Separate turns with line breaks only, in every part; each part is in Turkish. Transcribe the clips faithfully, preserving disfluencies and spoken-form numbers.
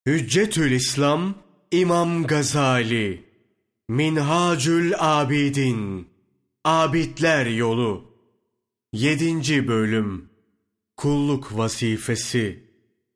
Hüccetül İslam İmam Gazali Minhacül Abidin Abidler Yolu yedinci Bölüm Kulluk Vazifesi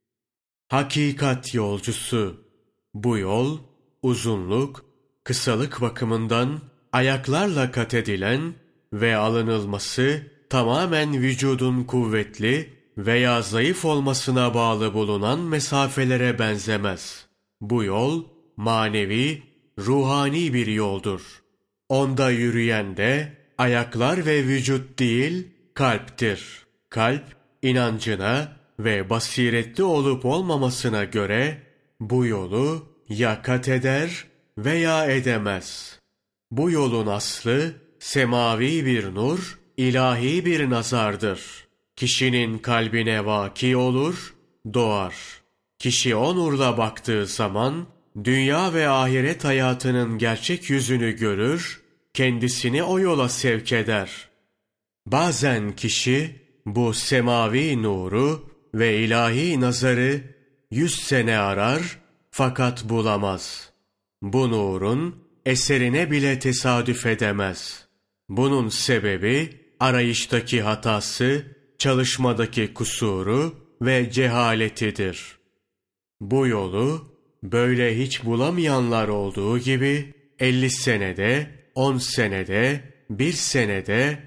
Hakikat Yolcusu. Bu yol, uzunluk, kısalık bakımından ayaklarla kat edilen ve alınılması tamamen vücudun kuvvetli veya zayıf olmasına bağlı bulunan mesafelere benzemez. Bu yol, manevi, ruhani bir yoldur. Onda yürüyen de ayaklar ve vücut değil, kalptir. Kalp, inancına ve basiretli olup olmamasına göre bu yolu ya kat eder veya edemez. Bu yolun aslı semavi bir nur, ilahi bir nazardır. Kişinin kalbine vaki olur, doğar. Kişi o nurla baktığı zaman dünya ve ahiret hayatının gerçek yüzünü görür, kendisini o yola sevk eder. Bazen kişi bu semavi nuru ve ilahi nazarı yüz sene arar fakat bulamaz. Bu nurun eserine bile tesadüf edemez. Bunun sebebi arayıştaki hatası, çalışmadaki kusuru ve cehaletidir. Bu yolu böyle hiç bulamayanlar olduğu gibi elli senede, on senede, bir senede,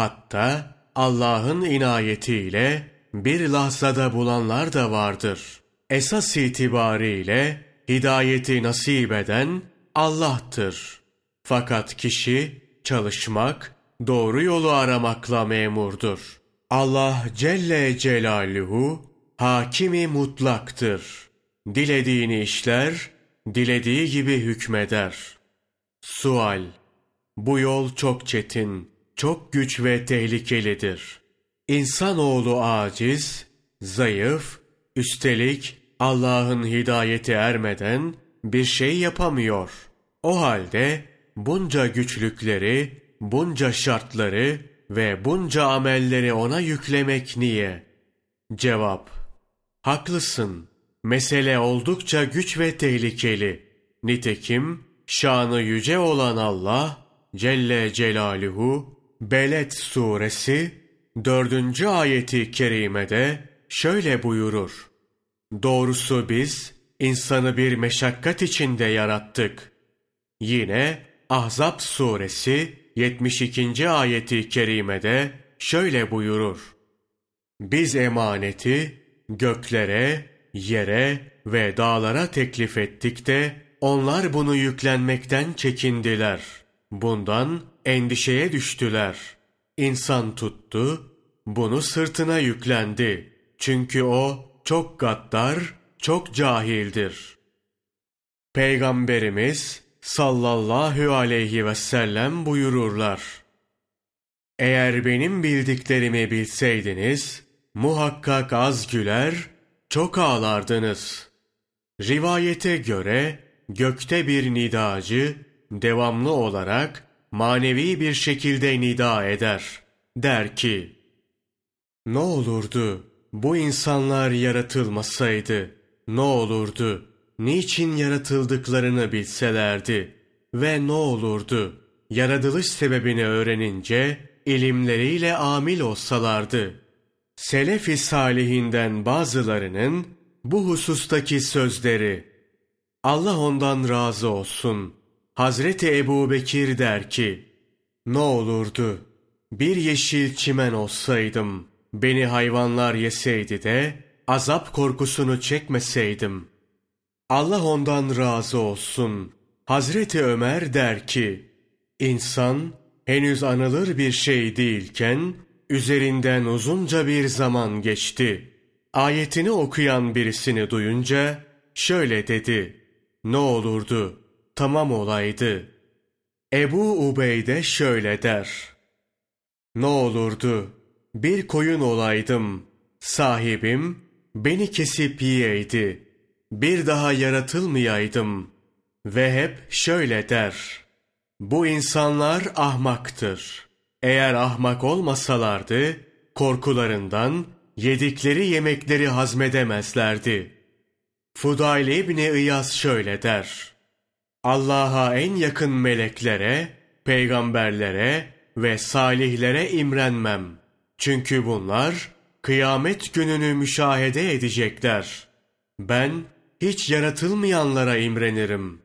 hatta Allah'ın inayetiyle bir lahzada bulanlar da vardır. Esas itibariyle hidayeti nasip eden Allah'tır. Fakat kişi çalışmak, doğru yolu aramakla memurdur. Allah Celle Celaluhu hakimi mutlaktır. Dilediğini işler, dilediği gibi hükmeder. Sual: bu yol çok çetin, çok güç ve tehlikelidir. İnsanoğlu aciz, zayıf, üstelik Allah'ın hidayeti ermeden bir şey yapamıyor. O halde bunca güçlükleri, bunca şartları ve bunca amelleri ona yüklemek niye? Cevap: haklısın. Mesele oldukça güç ve tehlikeli. Nitekim şanı yüce olan Allah Celle Celaluhu Beled suresi dördüncü ayeti kerimede şöyle buyurur: doğrusu biz insanı bir meşakkat içinde yarattık. Yine Ahzab suresi yetmiş ikinci ayeti kerimede şöyle buyurur: biz emaneti göklere, yere ve dağlara teklif ettik de onlar bunu yüklenmekten çekindiler. Bundan endişeye düştüler. İnsan tuttu, bunu sırtına yüklendi. Çünkü o çok gaddar, çok cahildir. Peygamberimiz sallallahu aleyhi ve sellem buyururlar: eğer benim bildiklerimi bilseydiniz, muhakkak az güler, çok ağlardınız. Rivayete göre gökte bir nidacı devamlı olarak manevi bir şekilde nida eder. Der ki: ne olurdu bu insanlar yaratılmasaydı? Ne olurdu niçin yaratıldıklarını bilselerdi? Ve ne olurdu yaratılış sebebini öğrenince ilimleriyle amil olsalardı? Selef-i salihinden bazılarının bu husustaki sözleri: Allah ondan razı olsun, Hazreti Ebubekir der ki: ne olurdu bir yeşil çimen olsaydım, beni hayvanlar yeseydi de azap korkusunu çekmeseydim. Allah ondan razı olsun, Hazreti Ömer der ki: İnsan henüz anılır bir şey değilken üzerinden uzunca bir zaman geçti. Ayetini okuyan birisini duyunca şöyle dedi: ne olurdu tamam olaydı. Ebu Ubeyde şöyle der: ne olurdu bir koyun olaydım, sahibim beni kesip yiyeydi, bir daha yaratılmayaydım. Ve hep şöyle der: bu insanlar ahmaktır. Eğer ahmak olmasalardı, korkularından yedikleri yemekleri hazmedemezlerdi. Fudayl İbni İyaz şöyle der: Allah'a en yakın meleklere, peygamberlere ve salihlere imrenmem. Çünkü bunlar kıyamet gününü müşahede edecekler. Ben hiç yaratılmayanlara imrenirim.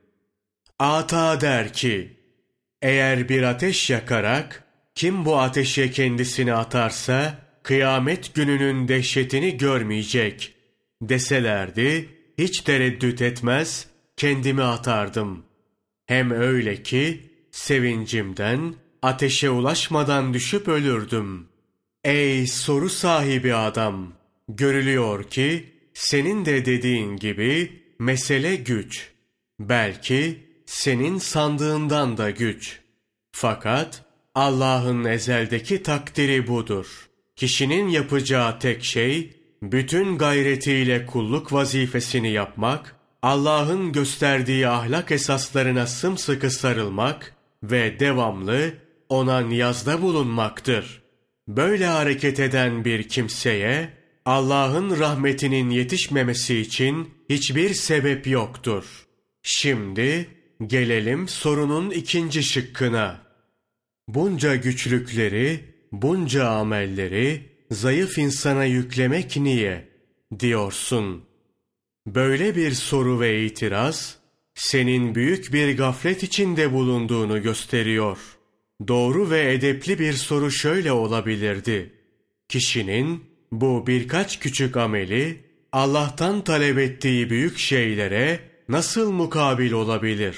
Ata der ki, eğer bir ateş yakarak kim bu ateşe kendisini atarsa kıyamet gününün dehşetini görmeyecek deselerdi, hiç tereddüt etmez kendimi atardım. Hem öyle ki sevincimden ateşe ulaşmadan düşüp ölürdüm. Ey soru sahibi adam! Görülüyor ki senin de dediğin gibi mesele güç. Belki senin sandığından da güç. Fakat Allah'ın ezeldeki takdiri budur. Kişinin yapacağı tek şey, bütün gayretiyle kulluk vazifesini yapmak, Allah'ın gösterdiği ahlak esaslarına sımsıkı sarılmak ve devamlı ona niyazda bulunmaktır. Böyle hareket eden bir kimseye, Allah'ın rahmetinin yetişmemesi için hiçbir sebep yoktur. Şimdi gelelim sorunun ikinci şıkkına. Bunca güçlükleri, bunca amelleri zayıf insana yüklemek niye diyorsun? Böyle bir soru ve itiraz, senin büyük bir gaflet içinde bulunduğunu gösteriyor. Doğru ve edepli bir soru şöyle olabilirdi: Kişinin bu birkaç küçük ameli, Allah'tan talep ettiği büyük şeylere nasıl mukabil olabilir?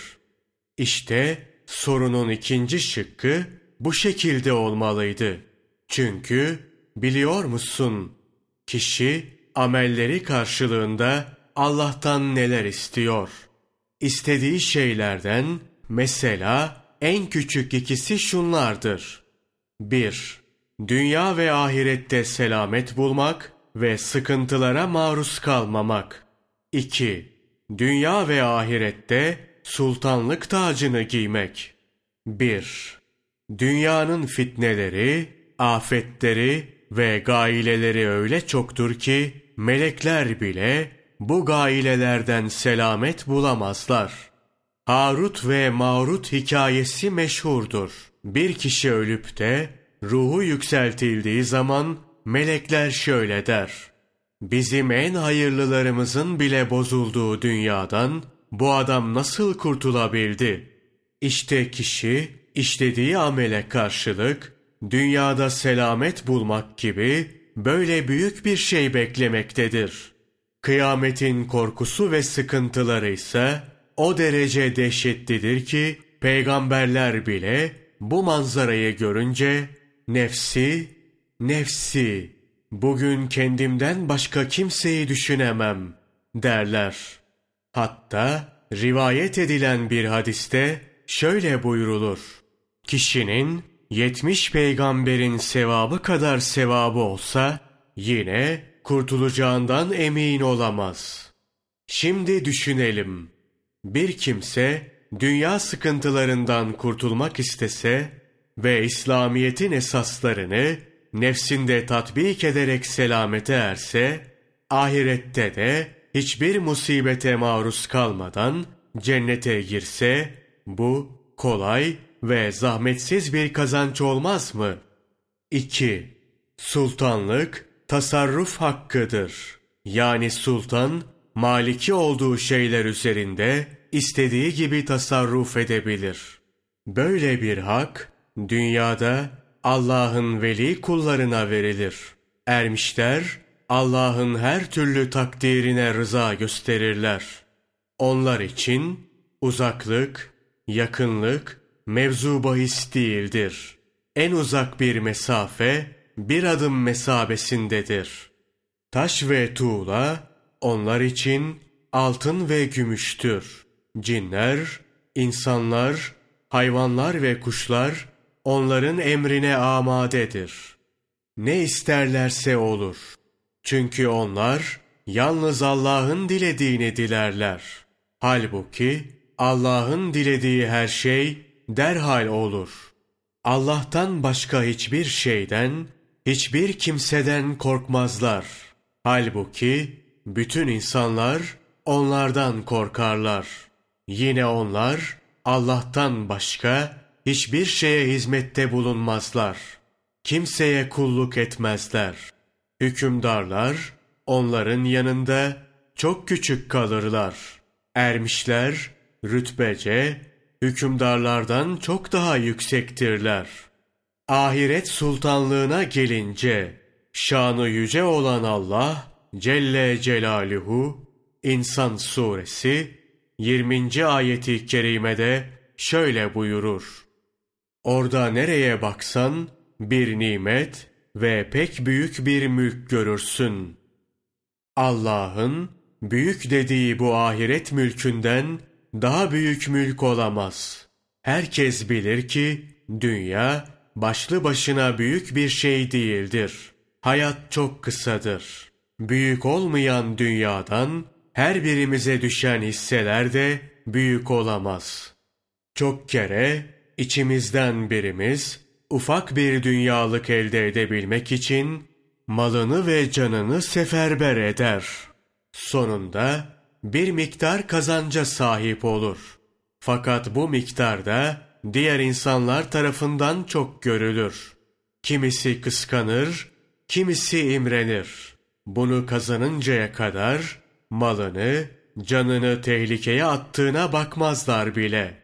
İşte sorunun ikinci şıkkı bu şekilde olmalıydı. Çünkü biliyor musun, kişi amelleri karşılığında Allah'tan neler istiyor? İstediği şeylerden mesela en küçük ikisi şunlardır. bir Dünya ve ahirette selamet bulmak ve sıkıntılara maruz kalmamak. iki Dünya ve ahirette sultanlık tacını giymek. bir Dünyanın fitneleri, afetleri ve gaileleri öyle çoktur ki melekler bile bu gailelerden selamet bulamazlar. Harut ve Marut hikayesi meşhurdur. Bir kişi ölüp de ruhu yükseltildiği zaman melekler şöyle der: bizim en hayırlılarımızın bile bozulduğu dünyadan bu adam nasıl kurtulabildi? İşte kişi işlediği amele karşılık dünyada selamet bulmak gibi böyle büyük bir şey beklemektedir. Kıyametin korkusu ve sıkıntıları ise o derece dehşetlidir ki peygamberler bile bu manzarayı görünce nefsi, nefsi, bugün kendimden başka kimseyi düşünemem derler. Hatta rivayet edilen bir hadiste şöyle buyrulur: kişinin yetmiş peygamberin sevabı kadar sevabı olsa yine kurtulacağından emin olamaz. Şimdi düşünelim. Bir kimse dünya sıkıntılarından kurtulmak istese ve İslamiyet'in esaslarını nefsinde tatbik ederek selamete erse, ahirette de hiçbir musibete maruz kalmadan cennete girse, bu kolay ve zahmetsiz bir kazanç olmaz mı? iki Sultanlık tasarruf hakkıdır. Yani sultan, maliki olduğu şeyler üzerinde istediği gibi tasarruf edebilir. Böyle bir hak, dünyada Allah'ın veli kullarına verilir. Ermişler, Allah'ın her türlü takdirine rıza gösterirler. Onlar için uzaklık, yakınlık mevzu bahis değildir. En uzak bir mesafe bir adım mesabesindedir. Taş ve tuğla onlar için altın ve gümüştür. Cinler, insanlar, hayvanlar ve kuşlar onların emrine amadedir. Ne isterlerse olur. Çünkü onlar yalnız Allah'ın dilediğini dilerler. Halbuki Allah'ın dilediği her şey derhal olur. Allah'tan başka hiçbir şeyden, hiçbir kimseden korkmazlar. Halbuki bütün insanlar onlardan korkarlar. Yine onlar Allah'tan başka hiçbir şeye hizmette bulunmazlar. Kimseye kulluk etmezler. Hükümdarlar onların yanında çok küçük kalırlar. Ermişler rütbece hükümdarlardan çok daha yüksektirler. Ahiret sultanlığına gelince şanı yüce olan Allah Celle Celaluhu İnsan suresi yirminci ayeti kerimede şöyle buyurur. Orada nereye baksan bir nimet ve pek büyük bir mülk görürsün. Allah'ın büyük dediği bu ahiret mülkünden daha büyük mülk olamaz. Herkes bilir ki dünya başlı başına büyük bir şey değildir. Hayat çok kısadır. Büyük olmayan dünyadan her birimize düşen hisseler de büyük olamaz. Çok kere içimizden birimiz ufak bir dünyalık elde edebilmek için malını ve canını seferber eder. Sonunda bir miktar kazanca sahip olur. Fakat bu miktar da diğer insanlar tarafından çok görülür. Kimisi kıskanır, kimisi imrenir. Bunu kazanıncaya kadar malını, canını tehlikeye attığına bakmazlar bile.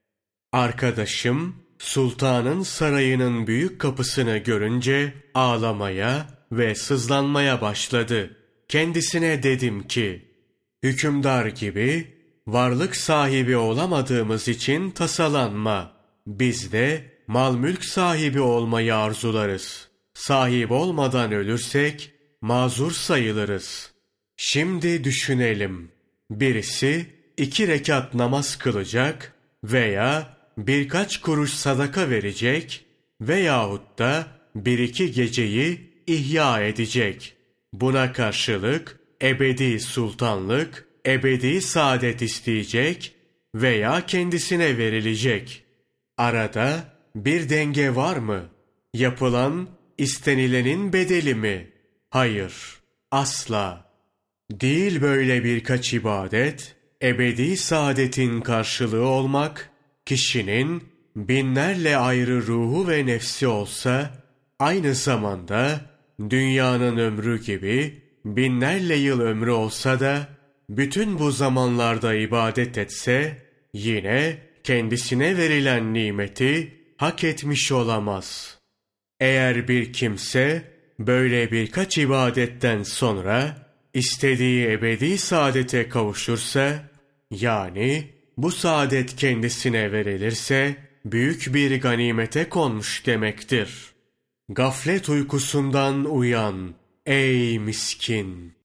Arkadaşım, sultanın sarayının büyük kapısını görünce ağlamaya ve sızlanmaya başladı. Kendisine dedim ki, hükümdar gibi varlık sahibi olamadığımız için tasalanma. Biz de mal mülk sahibi olmayı arzularız. Sahip olmadan ölürsek mazur sayılırız. Şimdi düşünelim. Birisi iki rekat namaz kılacak veya birkaç kuruş sadaka verecek veyahut da bir iki geceyi ihya edecek. Buna karşılık ebedi sultanlık, ebedi saadet isteyecek veya kendisine verilecek. Arada bir denge var mı? Yapılan istenilenin bedeli mi? Hayır, asla. Değil böyle birkaç ibadet, ebedi saadetin karşılığı olmak, kişinin binlerle ayrı ruhu ve nefsi olsa, aynı zamanda dünyanın ömrü gibi binlerle yıl ömrü olsa da, bütün bu zamanlarda ibadet etse, yine kendisine verilen nimeti hak etmiş olamaz. Eğer bir kimse böyle birkaç ibadetten sonra istediği ebedi saadete kavuşursa, yani bu saadet kendisine verilirse büyük bir ganimete konmuş demektir. Gaflet uykusundan uyan ey miskin!